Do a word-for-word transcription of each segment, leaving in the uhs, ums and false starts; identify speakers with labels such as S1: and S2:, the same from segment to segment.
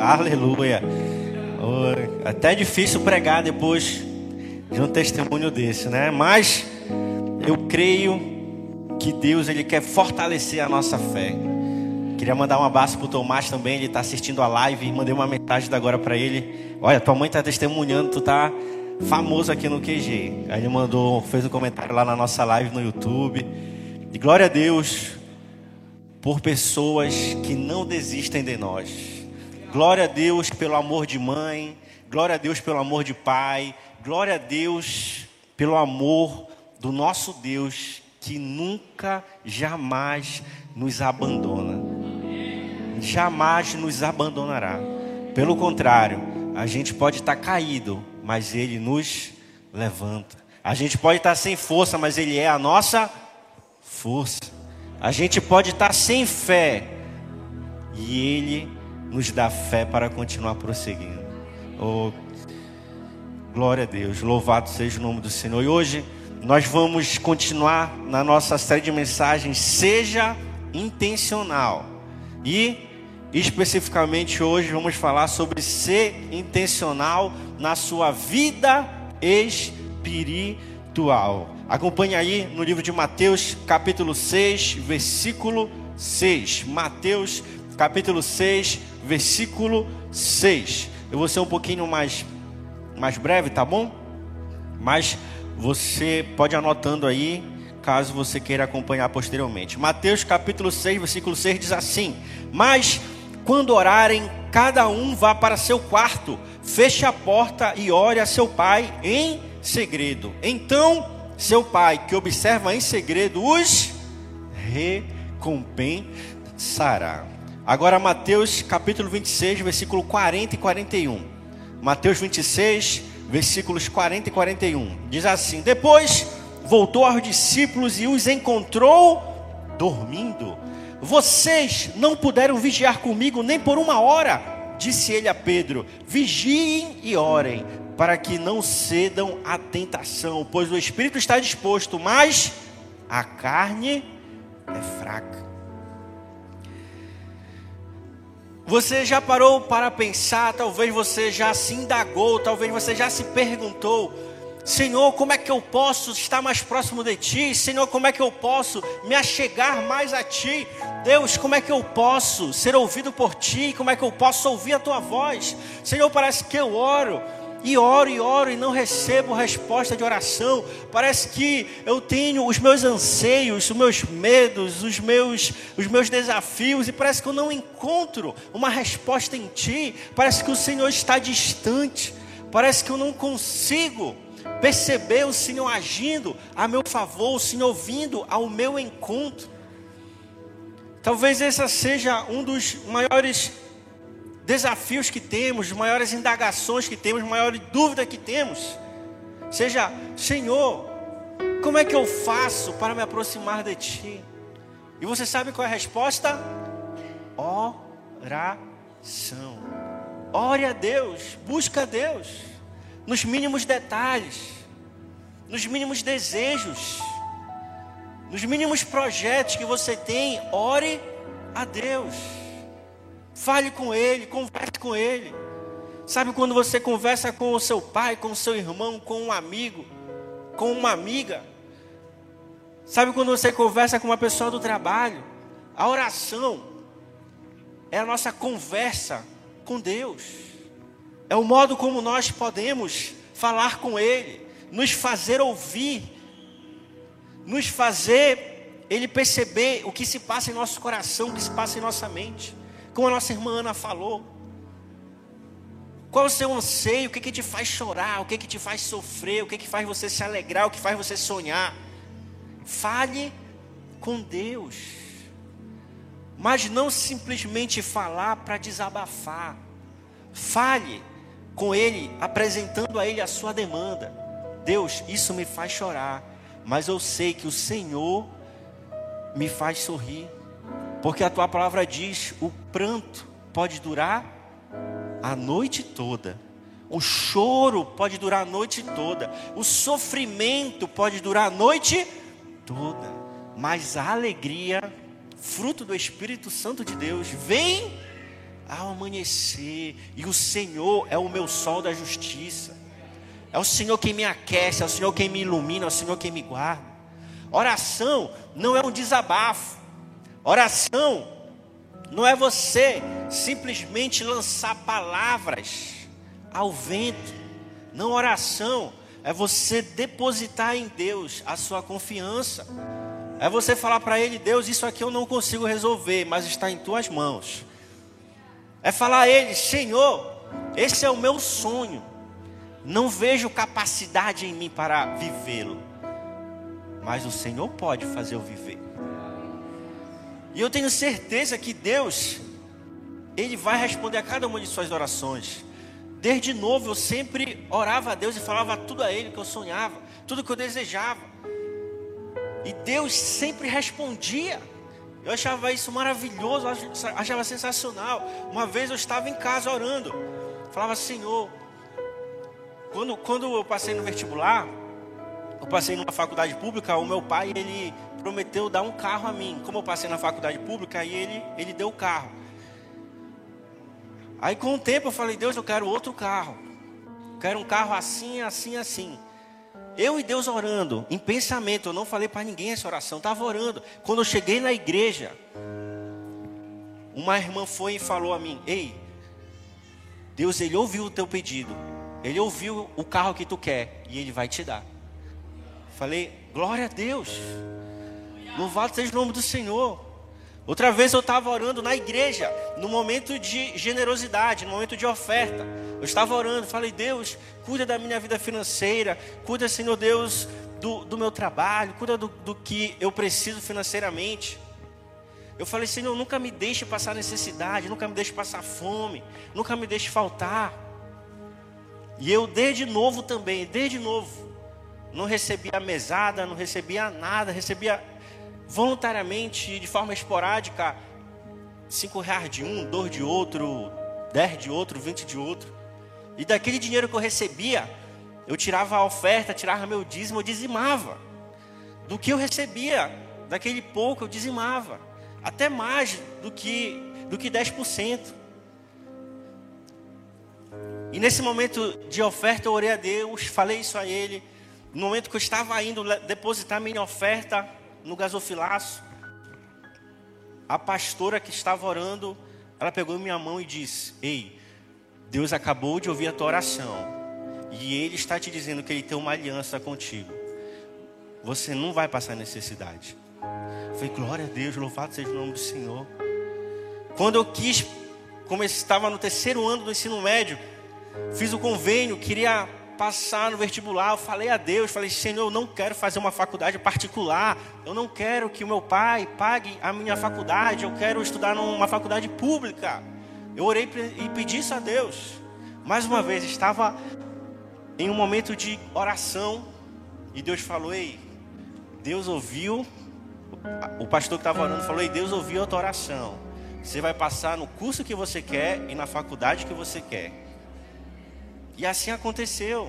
S1: Aleluia. Oh, até é difícil pregar depois de um testemunho desse, né? Mas eu creio que Deus, Ele quer fortalecer a nossa fé. Queria mandar um abraço pro Tomás também, ele está assistindo a live. Mandei uma mensagem agora para ele. Olha, tua mãe está testemunhando, tu tá famoso aqui no Q G. Aí ele mandou, fez um comentário lá na nossa live no YouTube. E glória a Deus por pessoas que não desistem de nós. Glória a Deus pelo amor de mãe. Glória a Deus pelo amor de pai. Glória a Deus pelo amor do nosso Deus, que nunca, jamais nos abandona. Jamais nos abandonará. Pelo contrário, a gente pode estar caído, mas Ele nos levanta. A gente pode estar sem força, mas Ele é a nossa força. A gente pode estar sem fé, e Ele nos dá fé para continuar prosseguindo. Oh, glória a Deus, louvado seja o nome do Senhor. E hoje nós vamos continuar na nossa série de mensagens, Seja Intencional. E especificamente hoje vamos falar sobre ser intencional na sua vida espiritual. Acompanhe aí no livro de Mateus, capítulo seis, versículo seis. Mateus, capítulo seis, versículo seis. Eu vou ser um pouquinho mais, mais breve, tá bom? Mas você pode ir anotando aí, caso você queira acompanhar posteriormente. Mateus, capítulo seis, versículo seis diz assim: Mas quando orarem, cada um vá para seu quarto, feche a porta e ore a seu pai em segredo. Então seu pai, que observa em segredo, os recompensará. Agora Mateus capítulo vinte e seis, versículo quarenta e quarenta e um. Mateus vinte e seis, versículos quarenta e quarenta e um. Diz assim: Depois voltou aos discípulos e os encontrou dormindo. Vocês não puderam vigiar comigo nem por uma hora, disse ele a Pedro. Vigiem e orem, para que não cedam à tentação, pois o espírito está disposto, mas a carne é fraca. Você já parou para pensar, talvez você já se indagou, talvez você já se perguntou: Senhor, como é que eu posso estar mais próximo de Ti? Senhor, como é que eu posso me achegar mais a Ti? Deus, como é que eu posso ser ouvido por Ti? Como é que eu posso ouvir a Tua voz? Senhor, parece que eu oro, e oro e oro e não recebo resposta de oração. Parece que eu tenho os meus anseios, os meus medos, os meus, os meus desafios, e parece que eu não encontro uma resposta em Ti. Parece que o Senhor está distante. Parece que eu não consigo perceber o Senhor agindo a meu favor, o Senhor vindo ao meu encontro. Talvez esse seja um dos maiores desafios que temos, maiores indagações que temos, maior dúvida que temos. Seja: Senhor, como é que eu faço para me aproximar de Ti? E você sabe qual é a resposta? Oração. Ore a Deus, busca a Deus, nos mínimos detalhes, nos mínimos desejos, nos mínimos projetos que você tem. Ore a Deus. Fale com Ele, converse com Ele. Sabe quando você conversa com o seu pai, com o seu irmão, com um amigo, com uma amiga? Sabe quando você conversa com uma pessoa do trabalho? A oração é a nossa conversa com Deus. É o modo como nós podemos falar com Ele, nos fazer ouvir, nos fazer Ele perceber o que se passa em nosso coração, o que se passa em nossa mente. Como a nossa irmã Ana falou, qual é o seu anseio? O que que te faz chorar? O que que te faz sofrer? O que que faz você se alegrar? O que faz você sonhar? Fale com Deus, mas não simplesmente falar para desabafar. Fale com Ele, apresentando a Ele a sua demanda. Deus, isso me faz chorar, mas eu sei que o Senhor me faz sorrir. Porque a Tua palavra diz: o pranto pode durar a noite toda, o choro pode durar a noite toda, o sofrimento pode durar a noite toda, mas a alegria, fruto do Espírito Santo de Deus, vem ao amanhecer, e o Senhor é o meu sol da justiça. É o Senhor quem me aquece, é o Senhor quem me ilumina, é o Senhor quem me guarda. Oração não é um desabafo. Oração não é você simplesmente lançar palavras ao vento. Não, oração é você depositar em Deus a sua confiança. É você falar para Ele: Deus, isso aqui eu não consigo resolver, mas está em Tuas mãos. É falar a Ele: Senhor, esse é o meu sonho. Não vejo capacidade em mim para vivê-lo, mas o Senhor pode fazer eu viver. E eu tenho certeza que Deus, Ele vai responder a cada uma de suas orações. Desde novo eu sempre orava a Deus e falava tudo a Ele que eu sonhava, tudo que eu desejava. E Deus sempre respondia. Eu achava isso maravilhoso, achava sensacional. Uma vez eu estava em casa orando, falava: Senhor, quando, quando eu passei no vestibular, eu passei numa faculdade pública, o meu pai, ele prometeu dar um carro a mim. Como eu passei na faculdade pública, aí ele, ele deu o carro. Aí com o tempo eu falei: Deus, eu quero outro carro. Quero um carro assim, assim, assim. Eu e Deus orando, em pensamento, eu não falei para ninguém essa oração, estava orando. Quando eu cheguei na igreja, uma irmã foi e falou a mim: Ei, Deus, Ele ouviu o teu pedido. Ele ouviu o carro que tu quer e Ele vai te dar. Falei: glória a Deus. Louvado seja o nome do Senhor. Outra vez eu estava orando na igreja, no momento de generosidade, no momento de oferta. Eu estava orando, falei: Deus, cuida da minha vida financeira, cuida, Senhor Deus, do, do meu trabalho, cuida do, do que eu preciso financeiramente. Eu falei: Senhor, nunca me deixe passar necessidade, nunca me deixe passar fome, nunca me deixe faltar. E eu desde novo também, desde novo, não recebia mesada, não recebia nada, recebia voluntariamente, de forma esporádica, cinco reais de um, dois de outro, dez de outro, vinte de outro. E daquele dinheiro que eu recebia, eu tirava a oferta, tirava meu dízimo, eu dizimava. Do que eu recebia, daquele pouco eu dizimava. Até mais do que, do que dez por cento. E nesse momento de oferta eu orei a Deus, falei isso a Ele. No momento que eu estava indo depositar minha oferta no gasofilaço, a pastora que estava orando, ela pegou minha mão e disse: Ei, Deus acabou de ouvir a tua oração, e Ele está te dizendo que Ele tem uma aliança contigo. Você não vai passar necessidade. Eu falei: glória a Deus, louvado seja o nome do Senhor. Quando eu quis, como eu estava no terceiro ano do ensino médio, fiz o convênio, queria passar no vestibular, eu falei a Deus, falei: Senhor, eu não quero fazer uma faculdade particular, eu não quero que o meu pai pague a minha faculdade, eu quero estudar numa faculdade pública. Eu orei e pedi isso a Deus. Mais uma vez, estava em um momento de oração, e Deus falou: Ei, Deus ouviu, o pastor que estava orando falou: Ei, Deus ouviu a tua oração, você vai passar no curso que você quer e na faculdade que você quer. E assim aconteceu.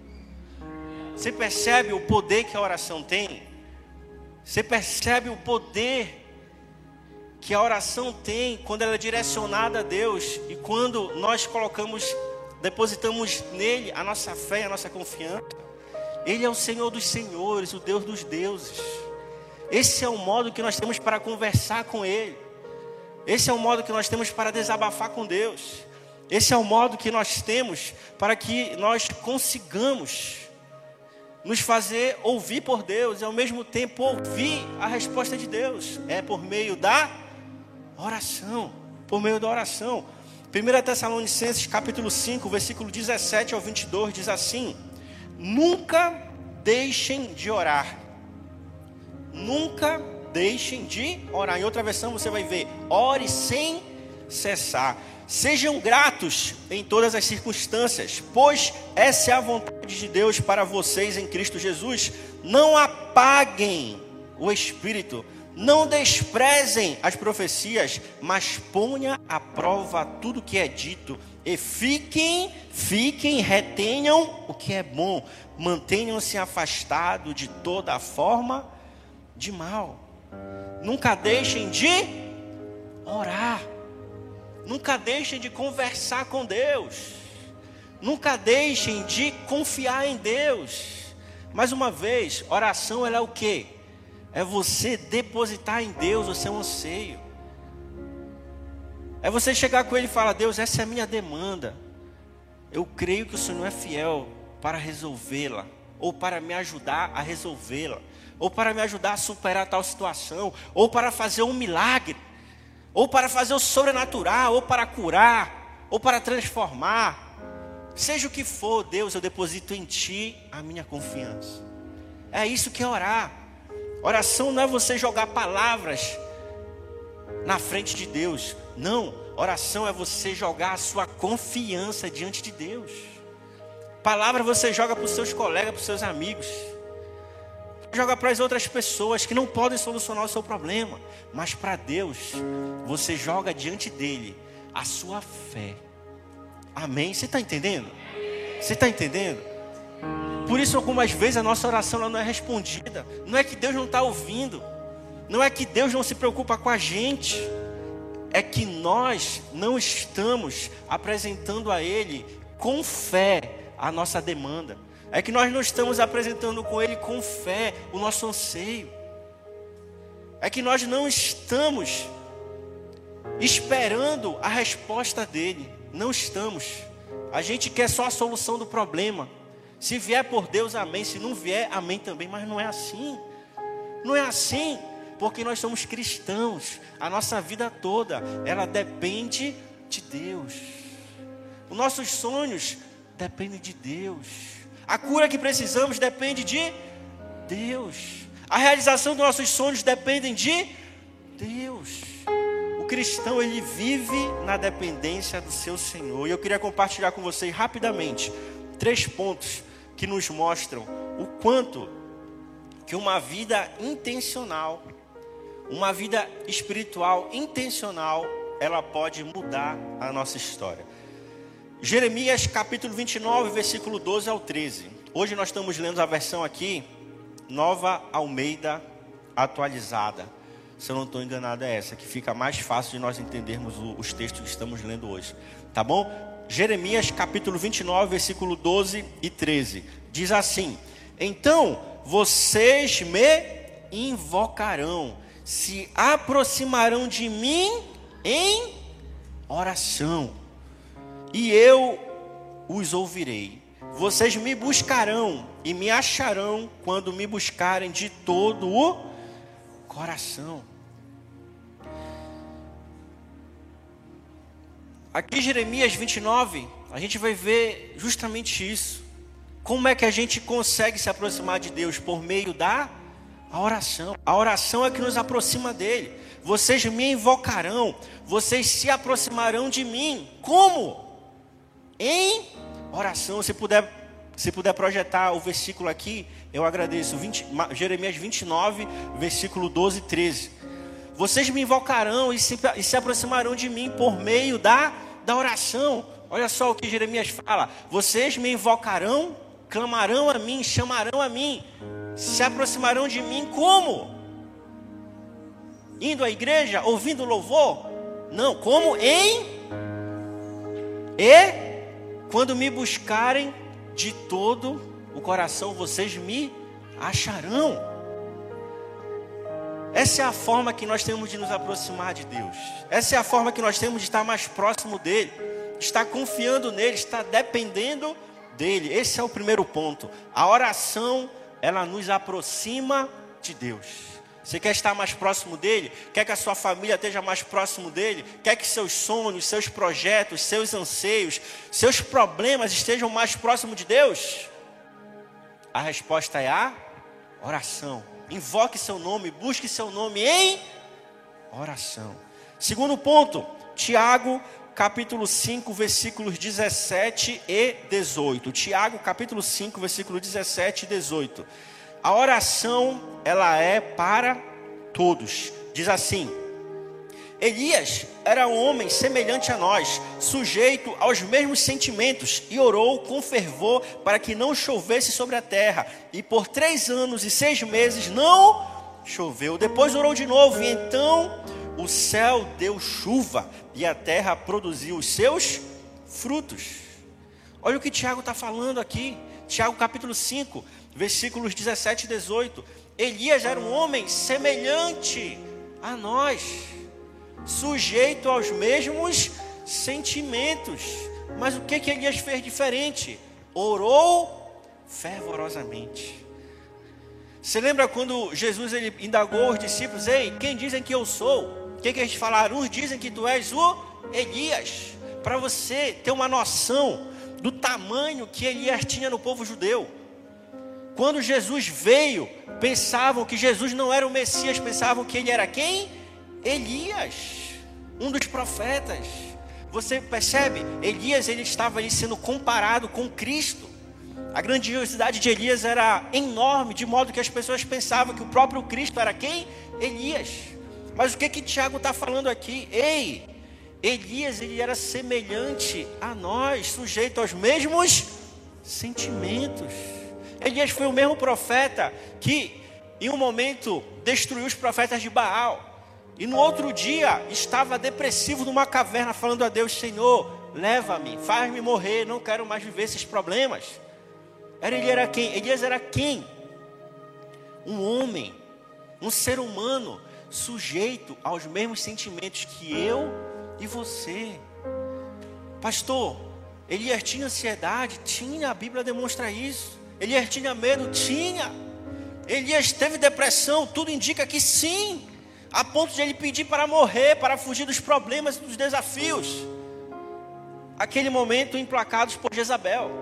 S1: Você percebe o poder que a oração tem? Você percebe o poder que a oração tem quando ela é direcionada a Deus e quando nós colocamos, depositamos nele a nossa fé, a nossa confiança? Ele é o Senhor dos senhores, o Deus dos deuses. Esse é o modo que nós temos para conversar com Ele. Esse é o modo que nós temos para desabafar com Deus. Esse é o modo que nós temos para que nós consigamos nos fazer ouvir por Deus e ao mesmo tempo ouvir a resposta de Deus. É por meio da oração, por meio da oração. primeira Tessalonicenses capítulo cinco, versículo dezessete ao vinte e dois diz assim: nunca deixem de orar. Nunca deixem de orar. Em outra versão você vai ver: ore sem cessar. Sejam gratos em todas as circunstâncias, pois essa é a vontade de Deus para vocês em Cristo Jesus. Não apaguem o Espírito, não desprezem as profecias, mas ponha à prova tudo que é dito. E fiquem, fiquem, retenham o que é bom. Mantenham-se afastados de toda forma de mal. Nunca deixem de orar. Nunca deixem de conversar com Deus. Nunca deixem de confiar em Deus. Mais uma vez, oração ela é o quê? É você depositar em Deus o seu anseio. É você chegar com Ele e falar: Deus, essa é a minha demanda. Eu creio que o Senhor é fiel para resolvê-la, ou para me ajudar a resolvê-la, ou para me ajudar a superar tal situação, ou para fazer um milagre, ou para fazer o sobrenatural, ou para curar, ou para transformar. Seja o que for, Deus, eu deposito em Ti a minha confiança. É isso que é orar. Oração não é você jogar palavras na frente de Deus. Não, oração é você jogar a sua confiança diante de Deus. Palavra você joga para os seus colegas, para os seus amigos. Joga para as outras pessoas que não podem solucionar o seu problema. Mas para Deus, você joga diante dele a sua fé. Amém? Você está entendendo? Você está entendendo? Por isso, algumas vezes a nossa oração ela não é respondida. Não é que Deus não está ouvindo. Não é que Deus não se preocupa com a gente. É que nós não estamos apresentando a Ele com fé a nossa demanda. É que nós não estamos apresentando com Ele com fé o nosso anseio. É que nós não estamos esperando a resposta dEle. Não estamos. A gente quer só a solução do problema. Se vier por Deus, amém. Se não vier, amém também. Mas não é assim. Não é assim. Porque nós somos cristãos. A nossa vida toda, ela depende de Deus. Os nossos sonhos dependem de Deus. A cura que precisamos depende de Deus. A realização dos nossos sonhos depende de Deus. O cristão, ele vive na dependência do seu Senhor. E eu queria compartilhar com vocês rapidamente três pontos que nos mostram o quanto que uma vida intencional, uma vida espiritual intencional, ela pode mudar a nossa história. Jeremias capítulo vinte e nove, versículo doze ao treze. Hoje nós estamos lendo a versão aqui, Nova Almeida Atualizada. Se eu não estou enganado é essa, que fica mais fácil de nós entendermos os textos que estamos lendo hoje. Tá bom? Jeremias capítulo vinte e nove, versículo doze e treze. Diz assim: então vocês me invocarão, se aproximarão de mim em oração, e eu os ouvirei. Vocês me buscarão e me acharão quando me buscarem de todo o coração. Aqui em Jeremias vinte e nove, a gente vai ver justamente isso. Como é que a gente consegue se aproximar de Deus? Por meio da oração. A oração é que nos aproxima dele. Vocês me invocarão, vocês se aproximarão de mim. Como? Em oração. Se puder, se puder projetar o versículo aqui, eu agradeço. vinte, Jeremias vinte e nove, versículo doze e treze. Vocês me invocarão e se, e se aproximarão de mim por meio da, da oração. Olha só o que Jeremias fala. Vocês me invocarão, clamarão a mim, chamarão a mim, se aproximarão de mim como? Indo à igreja, ouvindo louvor? Não, como? Em e quando me buscarem de todo o coração, vocês me acharão. Essa é a forma que nós temos de nos aproximar de Deus. Essa é a forma que nós temos de estar mais próximo dele, estar confiando nele, estar dependendo dele. Esse é o primeiro ponto. A oração, ela nos aproxima de Deus. Você quer estar mais próximo dele? Quer que a sua família esteja mais próximo dele? Quer que seus sonhos, seus projetos, seus anseios, seus problemas estejam mais próximo de Deus? A resposta é a oração. Invoque seu nome, busque seu nome em oração. Segundo ponto, Tiago capítulo cinco, versículos dezessete e dezoito. Tiago capítulo cinco, versículo dezessete e dezoito. A oração, ela é para todos. Diz assim: Elias era um homem semelhante a nós, sujeito aos mesmos sentimentos, e orou com fervor para que não chovesse sobre a terra. E por três anos e seis meses não choveu. Depois orou de novo, e então o céu deu chuva e a terra produziu os seus frutos. Olha o que Tiago está falando aqui. Tiago capítulo cinco, versículos dezessete e dezoito. Elias era um homem semelhante a nós, sujeito aos mesmos sentimentos. Mas o que que Elias fez diferente? Orou fervorosamente. Você lembra quando Jesus ele indagou os discípulos: ei, quem dizem que eu sou? O que que eles falaram? Uns dizem que tu és o Elias. Para você ter uma noção do tamanho que Elias tinha no povo judeu. Quando Jesus veio, pensavam que Jesus não era o Messias, pensavam que ele era quem? Elias, um dos profetas. Você percebe? Elias ele estava ali sendo comparado com Cristo. A grandiosidade de Elias era enorme, de modo que as pessoas pensavam que o próprio Cristo era quem? Elias. Mas o que que Tiago está falando aqui? Ei, Elias ele era semelhante a nós, sujeito aos mesmos sentimentos. Elias foi o mesmo profeta que em um momento destruiu os profetas de Baal, e no outro dia estava depressivo numa caverna falando a Deus: Senhor, leva-me, faz-me morrer, não quero mais viver esses problemas. Era, ele era quem? Elias era quem? Um homem, um ser humano sujeito aos mesmos sentimentos que eu e você. Pastor, Elias tinha ansiedade? Tinha, a Bíblia demonstra isso. Elias tinha medo? Tinha. Elias teve depressão? Tudo indica que sim, a ponto de ele pedir para morrer, para fugir dos problemas e dos desafios. Aquele momento implacados por Jezabel.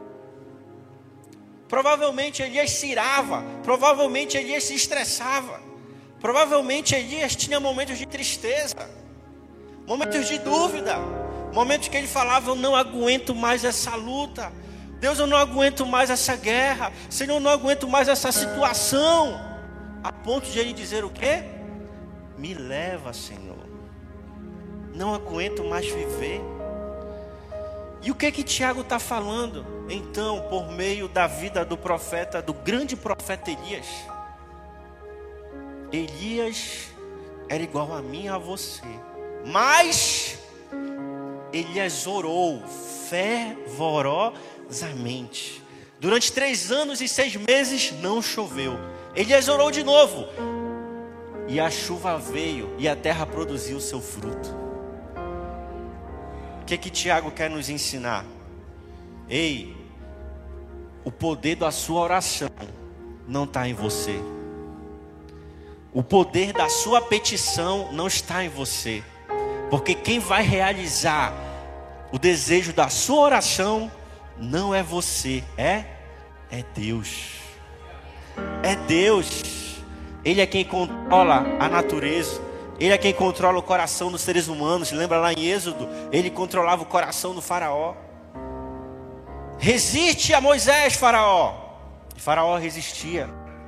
S1: Provavelmente Elias se irava, provavelmente Elias se estressava, provavelmente Elias tinha momentos de tristeza, momentos de dúvida, momentos que ele falava: eu não aguento mais essa luta, Deus, eu não aguento mais essa guerra, Senhor, eu não aguento mais essa situação, a ponto de ele dizer o quê? Me leva, Senhor, não aguento mais viver. E o que que Tiago está falando? Então, por meio da vida do profeta, do grande profeta Elias. Elias era igual a mim e a você, mas Elias orou fervorosamente. Durante três anos e seis meses não choveu. Elias orou de novo, e a chuva veio, e a terra produziu o seu fruto. O que que Tiago quer nos ensinar? Ei, o poder da sua oração não está em você. O poder da sua petição não está em você. Porque quem vai realizar o desejo da sua oração não é você, é, é Deus. É Deus. Ele é quem controla a natureza. Ele é quem controla o coração dos seres humanos. Lembra lá em Êxodo? Ele controlava o coração do faraó. Resiste a Moisés, faraó. E faraó resistia.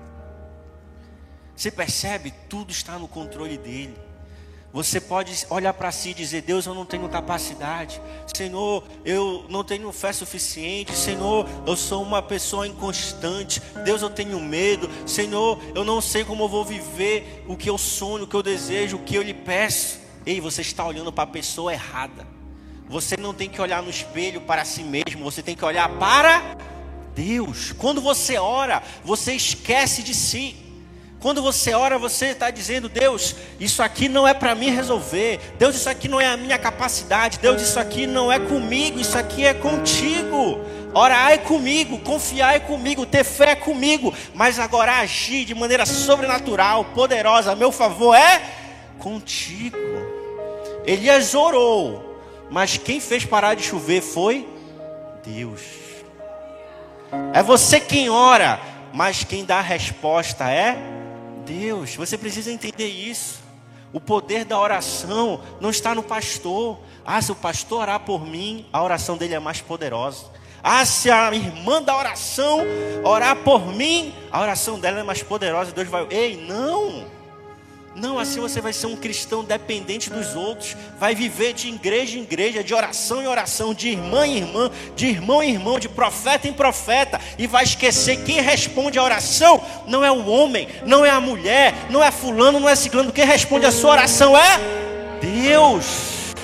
S1: Você percebe? Tudo está no controle dele. Você pode olhar para si e dizer: Deus, eu não tenho capacidade. Senhor, eu não tenho fé suficiente. Senhor, eu sou uma pessoa inconstante. Deus, eu tenho medo. Senhor, eu não sei como eu vou viver o que eu sonho, o que eu desejo, o que eu lhe peço. Ei, você está olhando para a pessoa errada. Você não tem que olhar no espelho para si mesmo. Você tem que olhar para Deus. Quando você ora, você esquece de si. Quando você ora, você está dizendo: Deus, isso aqui não é para mim resolver. Deus, isso aqui não é a minha capacidade. Deus, isso aqui não é comigo, isso aqui é contigo. Orar é comigo, confiar é comigo, ter fé é comigo. Mas agora agir de maneira sobrenatural, poderosa, a meu favor, é contigo. Elias orou, mas quem fez parar de chover foi Deus. É você quem ora, mas quem dá a resposta é Deus. Você precisa entender isso. O poder da oração não está no pastor. Ah, se o pastor orar por mim, a oração dele é mais poderosa. Ah, se a irmã da oração orar por mim, a oração dela é mais poderosa. Deus vai... Ei, não. Não, assim você vai ser um cristão dependente dos outros, vai viver de igreja em igreja, de oração em oração, de irmã em irmã, de irmão em irmão, de profeta em profeta, e vai esquecer quem responde a oração não é o homem, não é a mulher, não é fulano, não é ciclano. Quem responde a sua oração é Deus.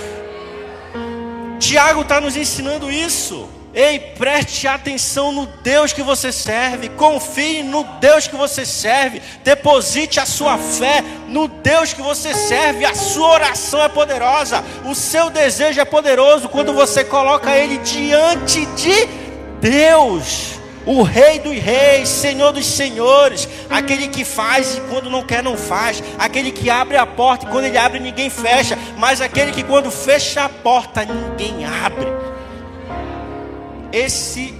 S1: Tiago está nos ensinando isso. Ei, preste atenção no Deus que você serve, confie no Deus que você serve, deposite a sua fé no Deus que você serve. A sua oração é poderosa, o seu desejo é poderoso quando você coloca ele diante de Deus, o Rei dos Reis, Senhor dos Senhores, aquele que faz e quando não quer não faz, aquele que abre a porta e quando ele abre ninguém fecha, mas aquele que quando fecha a porta ninguém abre. Esse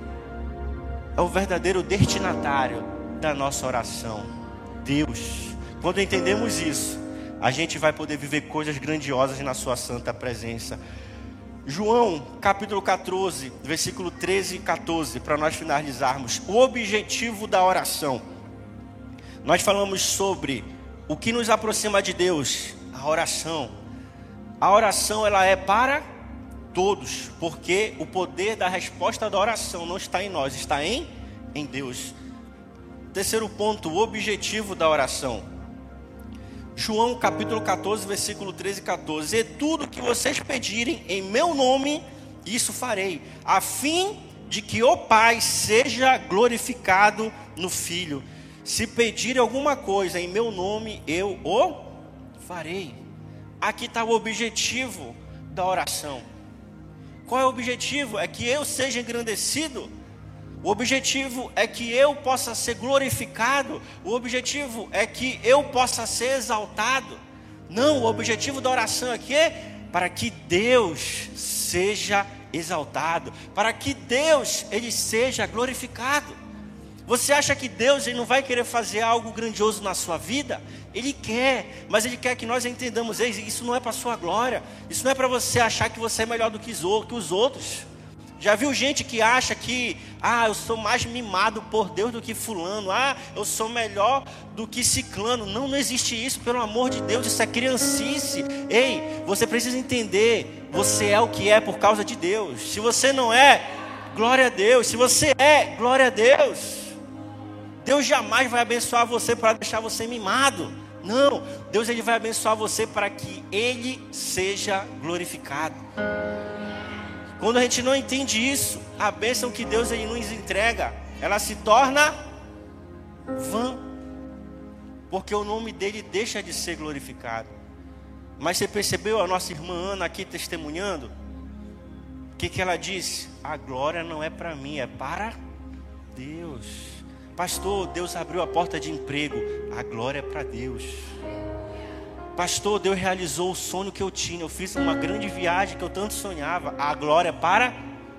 S1: é o verdadeiro destinatário da nossa oração, Deus. Quando entendemos isso, a gente vai poder viver coisas grandiosas na sua santa presença. João capítulo quatorze, versículo treze e quatorze, para nós finalizarmos. O objetivo da oração. Nós falamos sobre o que nos aproxima de Deus, a oração. A oração ela é para todos, porque o poder da resposta da oração não está em nós, está em, em Deus. Terceiro ponto, o objetivo da oração. João capítulo quatorze, versículo treze e quatorze. E tudo que vocês pedirem em meu nome, isso farei, a fim de que o Pai seja glorificado no Filho. Se pedirem alguma coisa em meu nome, eu o farei. Aqui está o objetivo da oração. Qual é o objetivo? É que eu seja engrandecido. O objetivo é que eu possa ser glorificado. O objetivo é que eu possa ser exaltado. Não, o objetivo da oração aqui é para que Deus seja exaltado, para que Deus ele seja glorificado. Você acha que Deus ele não vai querer fazer algo grandioso na sua vida? Ele quer, mas Ele quer que nós entendamos, isso não é para a sua glória, isso não é para você achar que você é melhor do que os outros. Já viu gente que acha que, ah, eu sou mais mimado por Deus do que fulano, ah, eu sou melhor do que ciclano. Não, não existe isso, pelo amor de Deus, isso é criancice. Ei, você precisa entender, você é o que é por causa de Deus. Se você não é, glória a Deus. Se você é, glória a Deus. Deus jamais vai abençoar você para deixar você mimado. Não, Deus ele vai abençoar você para que Ele seja glorificado. Quando a gente não entende isso, a bênção que Deus ele nos entrega, ela se torna vã, porque o nome dele deixa de ser glorificado. Mas você percebeu a nossa irmã Ana aqui testemunhando? O que, que ela disse? A glória não é para mim, é para Deus. Pastor, Deus abriu a porta de emprego. A glória é para Deus. Pastor, Deus realizou o sonho que eu tinha. Eu fiz uma grande viagem que eu tanto sonhava. A glória é para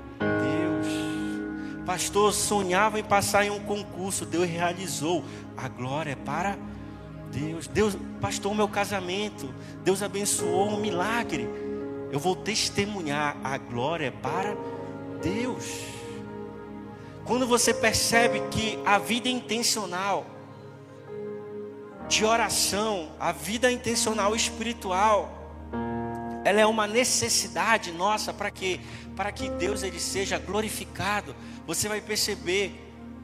S1: Deus. Pastor, sonhava em passar em um concurso. Deus realizou. A glória é para Deus. Deus, pastor, meu casamento. Deus abençoou um milagre. Eu vou testemunhar. A glória é para Deus. Quando você percebe que a vida intencional de oração, a vida intencional espiritual, ela é uma necessidade nossa para que, para que Deus ele seja glorificado, você vai perceber,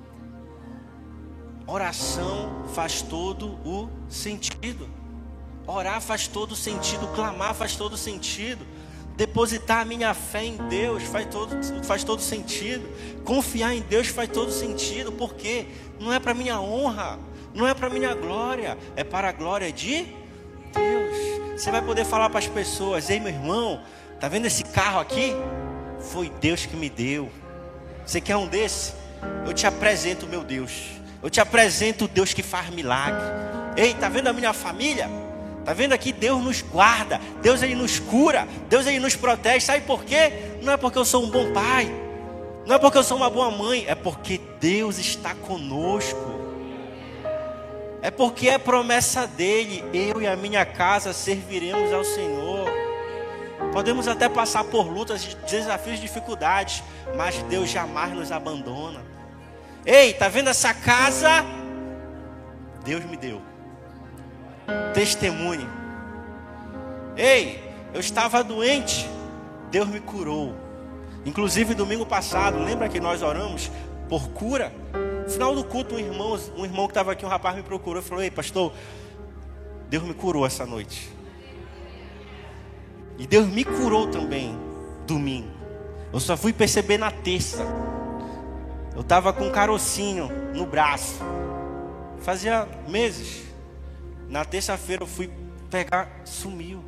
S1: oração faz todo o sentido. Orar faz todo sentido, clamar faz todo sentido. Depositar a minha fé em Deus faz todo, faz todo sentido. Confiar em Deus faz todo sentido. Por quê? Não é para minha honra, não é para minha glória, é para a glória de Deus. Você vai poder falar para as pessoas: ei, meu irmão, tá vendo esse carro aqui? Foi Deus que me deu. Você quer um desse? Eu te apresento o meu Deus. Eu te apresento o Deus que faz milagre. Ei, tá vendo a minha família? Tá vendo aqui? Deus nos guarda, Deus ele nos cura, Deus ele nos protege. Sabe por quê? Não é porque eu sou um bom pai, não é porque eu sou uma boa mãe, é porque Deus está conosco. É porque é promessa dele: eu e a minha casa serviremos ao Senhor. Podemos até passar por lutas, desafios, dificuldades, mas Deus jamais nos abandona. Ei, tá vendo essa casa? Deus me deu. testemunhe. Ei, eu estava doente, Deus me curou. Inclusive domingo passado, lembra que nós oramos por cura? No final do culto, um irmão, um irmão que estava aqui, um rapaz me procurou e falou: ei, pastor, Deus me curou essa noite. E Deus me curou também domingo. Eu só fui perceber na terça. Eu estava com um carocinho no braço. Fazia meses. Na terça-feira eu fui pegar, sumiu.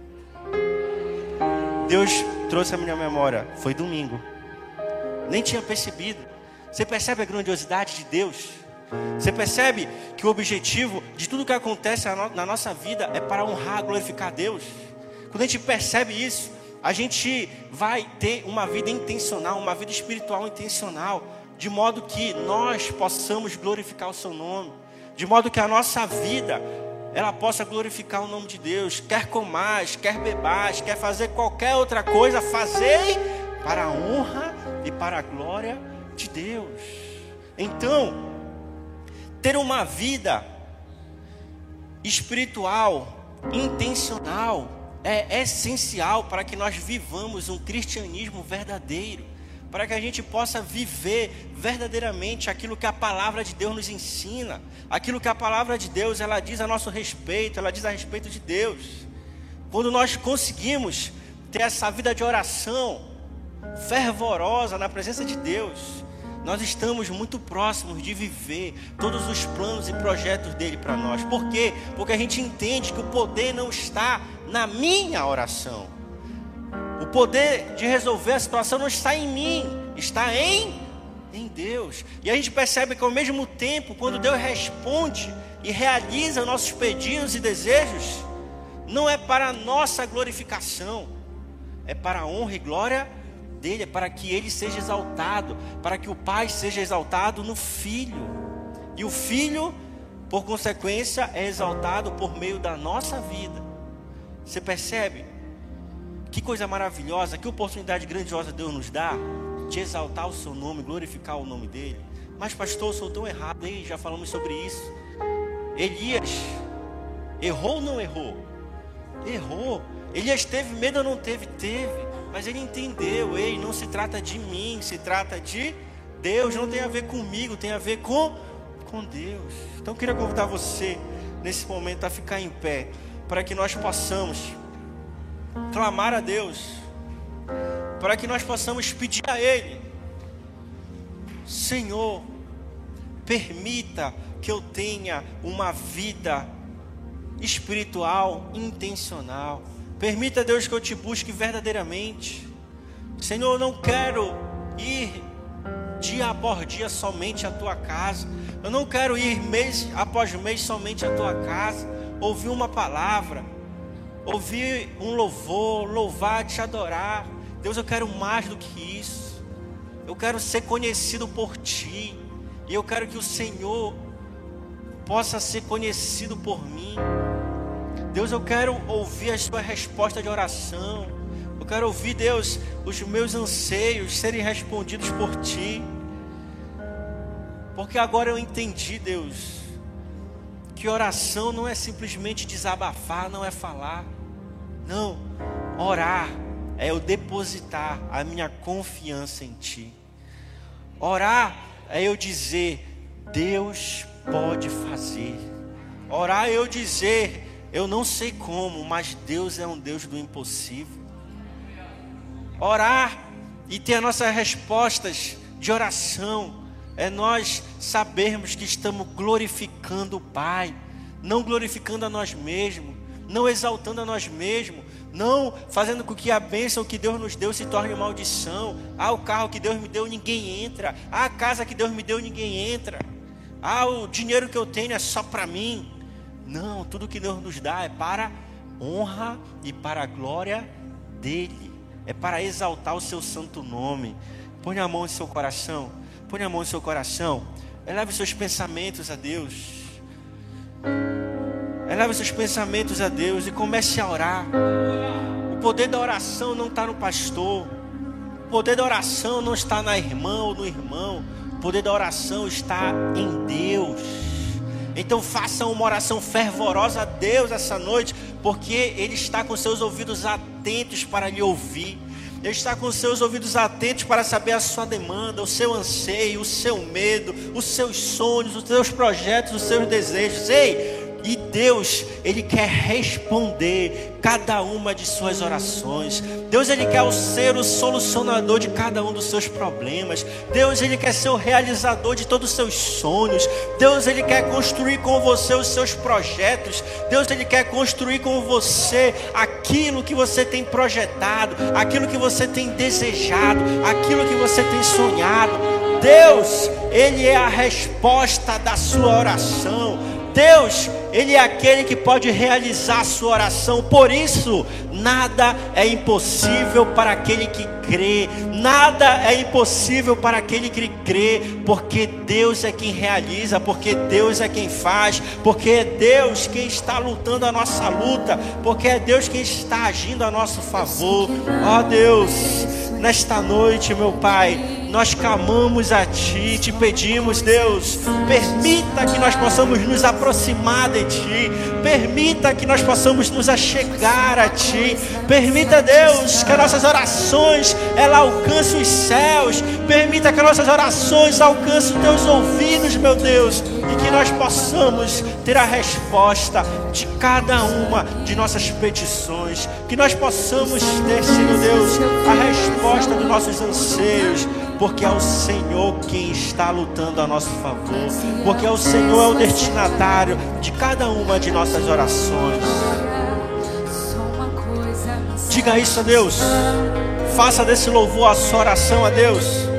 S1: Deus trouxe a minha memória. Foi domingo. Nem tinha percebido. Você percebe a grandiosidade de Deus? Você percebe que o objetivo de tudo que acontece na nossa vida é para honrar, glorificar a Deus? Quando a gente percebe isso, a gente vai ter uma vida intencional, uma vida espiritual intencional, de modo que nós possamos glorificar o seu nome, de modo que a nossa vida, ela possa glorificar o nome de Deus. Quer comais, quer bebais, quer fazer qualquer outra coisa, fazei para a honra e para a glória de Deus. Então, ter uma vida espiritual, intencional, é essencial para que nós vivamos um cristianismo verdadeiro, para que a gente possa viver verdadeiramente aquilo que a palavra de Deus nos ensina, aquilo que a palavra de Deus ela diz a nosso respeito, ela diz a respeito de Deus. Quando nós conseguimos ter essa vida de oração fervorosa na presença de Deus, nós estamos muito próximos de viver todos os planos e projetos dele para nós. Por quê? Porque a gente entende que o poder não está na minha oração. O poder de resolver a situação não está em mim, está em, em Deus. E a gente percebe que ao mesmo tempo, quando Deus responde e realiza nossos pedidos e desejos, não é para a nossa glorificação, é para a honra e glória dele, é para que ele seja exaltado, para que o Pai seja exaltado no Filho. E o Filho, por consequência, é exaltado por meio da nossa vida. Você percebe? Que coisa maravilhosa, que oportunidade grandiosa Deus nos dá de exaltar o seu nome, glorificar o nome dele. Mas pastor, eu sou tão errado. Ei, já falamos sobre isso. Elias errou ou não errou? Errou. Elias teve medo ou não teve? Teve. Mas ele entendeu, ei, não se trata de mim, se trata de Deus. Não tem a ver comigo, tem a ver com, com Deus. Então eu queria convidar você nesse momento a ficar em pé, para que nós possamos clamar a Deus, para que nós possamos pedir a Ele: Senhor, permita que eu tenha uma vida espiritual intencional. Permita, Deus, que eu te busque verdadeiramente. Senhor, eu não quero ir dia após dia somente à tua casa. Eu não quero ir mês após mês somente à tua casa, ouvir uma palavra, ouvir um louvor, louvar, te adorar. Deus, eu quero mais do que isso. Eu quero ser conhecido por ti. E eu quero que o Senhor possa ser conhecido por mim. Deus, eu quero ouvir a sua resposta de oração. Eu quero ouvir, Deus, os meus anseios serem respondidos por ti. Porque agora eu entendi, Deus, que oração não é simplesmente desabafar, não é falar. Não, orar é eu depositar a minha confiança em ti. Orar é eu dizer: Deus pode fazer. Orar é eu dizer: eu não sei como, mas Deus é um Deus do impossível. Orar e ter as nossas respostas de oração é nós sabermos que estamos glorificando o Pai, não glorificando a nós mesmos, não exaltando a nós mesmos, não fazendo com que a bênção que Deus nos deu se torne maldição. Ah, o carro que Deus me deu ninguém entra. Ah, a casa que Deus me deu ninguém entra. Ah, o dinheiro que eu tenho é só para mim. Não, tudo que Deus nos dá é para honra e para a glória dele. É para exaltar o seu santo nome. Põe a mão em seu coração. Põe a mão em seu coração. Eleve os seus pensamentos a Deus. Eleve os seus pensamentos a Deus e comece a orar. O poder da oração não está no pastor. O poder da oração não está na irmã ou no irmão. O poder da oração está em Deus. Então faça uma oração fervorosa a Deus essa noite, porque Ele está com seus ouvidos atentos para lhe ouvir. Ele está com seus ouvidos atentos para saber a sua demanda, o seu anseio, o seu medo, os seus sonhos, os seus projetos, os seus desejos. Ei! E Deus, Ele quer responder cada uma de suas orações. Deus, Ele quer ser o solucionador de cada um dos seus problemas. Deus, Ele quer ser o realizador de todos os seus sonhos. Deus, Ele quer construir com você os seus projetos. Deus, Ele quer construir com você aquilo que você tem projetado, aquilo que você tem desejado, aquilo que você tem sonhado. Deus, Ele é a resposta da sua oração. Deus, Ele é aquele que pode realizar a sua oração. Por isso, nada é impossível para aquele que crê. Nada é impossível para aquele que crê. Porque Deus é quem realiza, porque Deus é quem faz, porque é Deus quem está lutando a nossa luta, porque é Deus quem está agindo a nosso favor. Ó Deus, nesta noite, meu Pai, nós clamamos a Ti, Te pedimos, Deus, permita que nós possamos nos aproximar de Ti, permita que nós possamos nos achegar a Ti, permita, Deus, que as nossas orações, ela alcance os céus, permita que as nossas orações alcancem os Teus ouvidos, meu Deus, e que nós possamos ter a resposta de cada uma de nossas petições, que nós possamos ter, Senhor Deus, a resposta dos nossos anseios, porque é o Senhor quem está lutando a nosso favor, porque é o Senhor é o destinatário de cada uma de nossas orações. Diga isso a Deus, faça desse louvor a sua oração a Deus.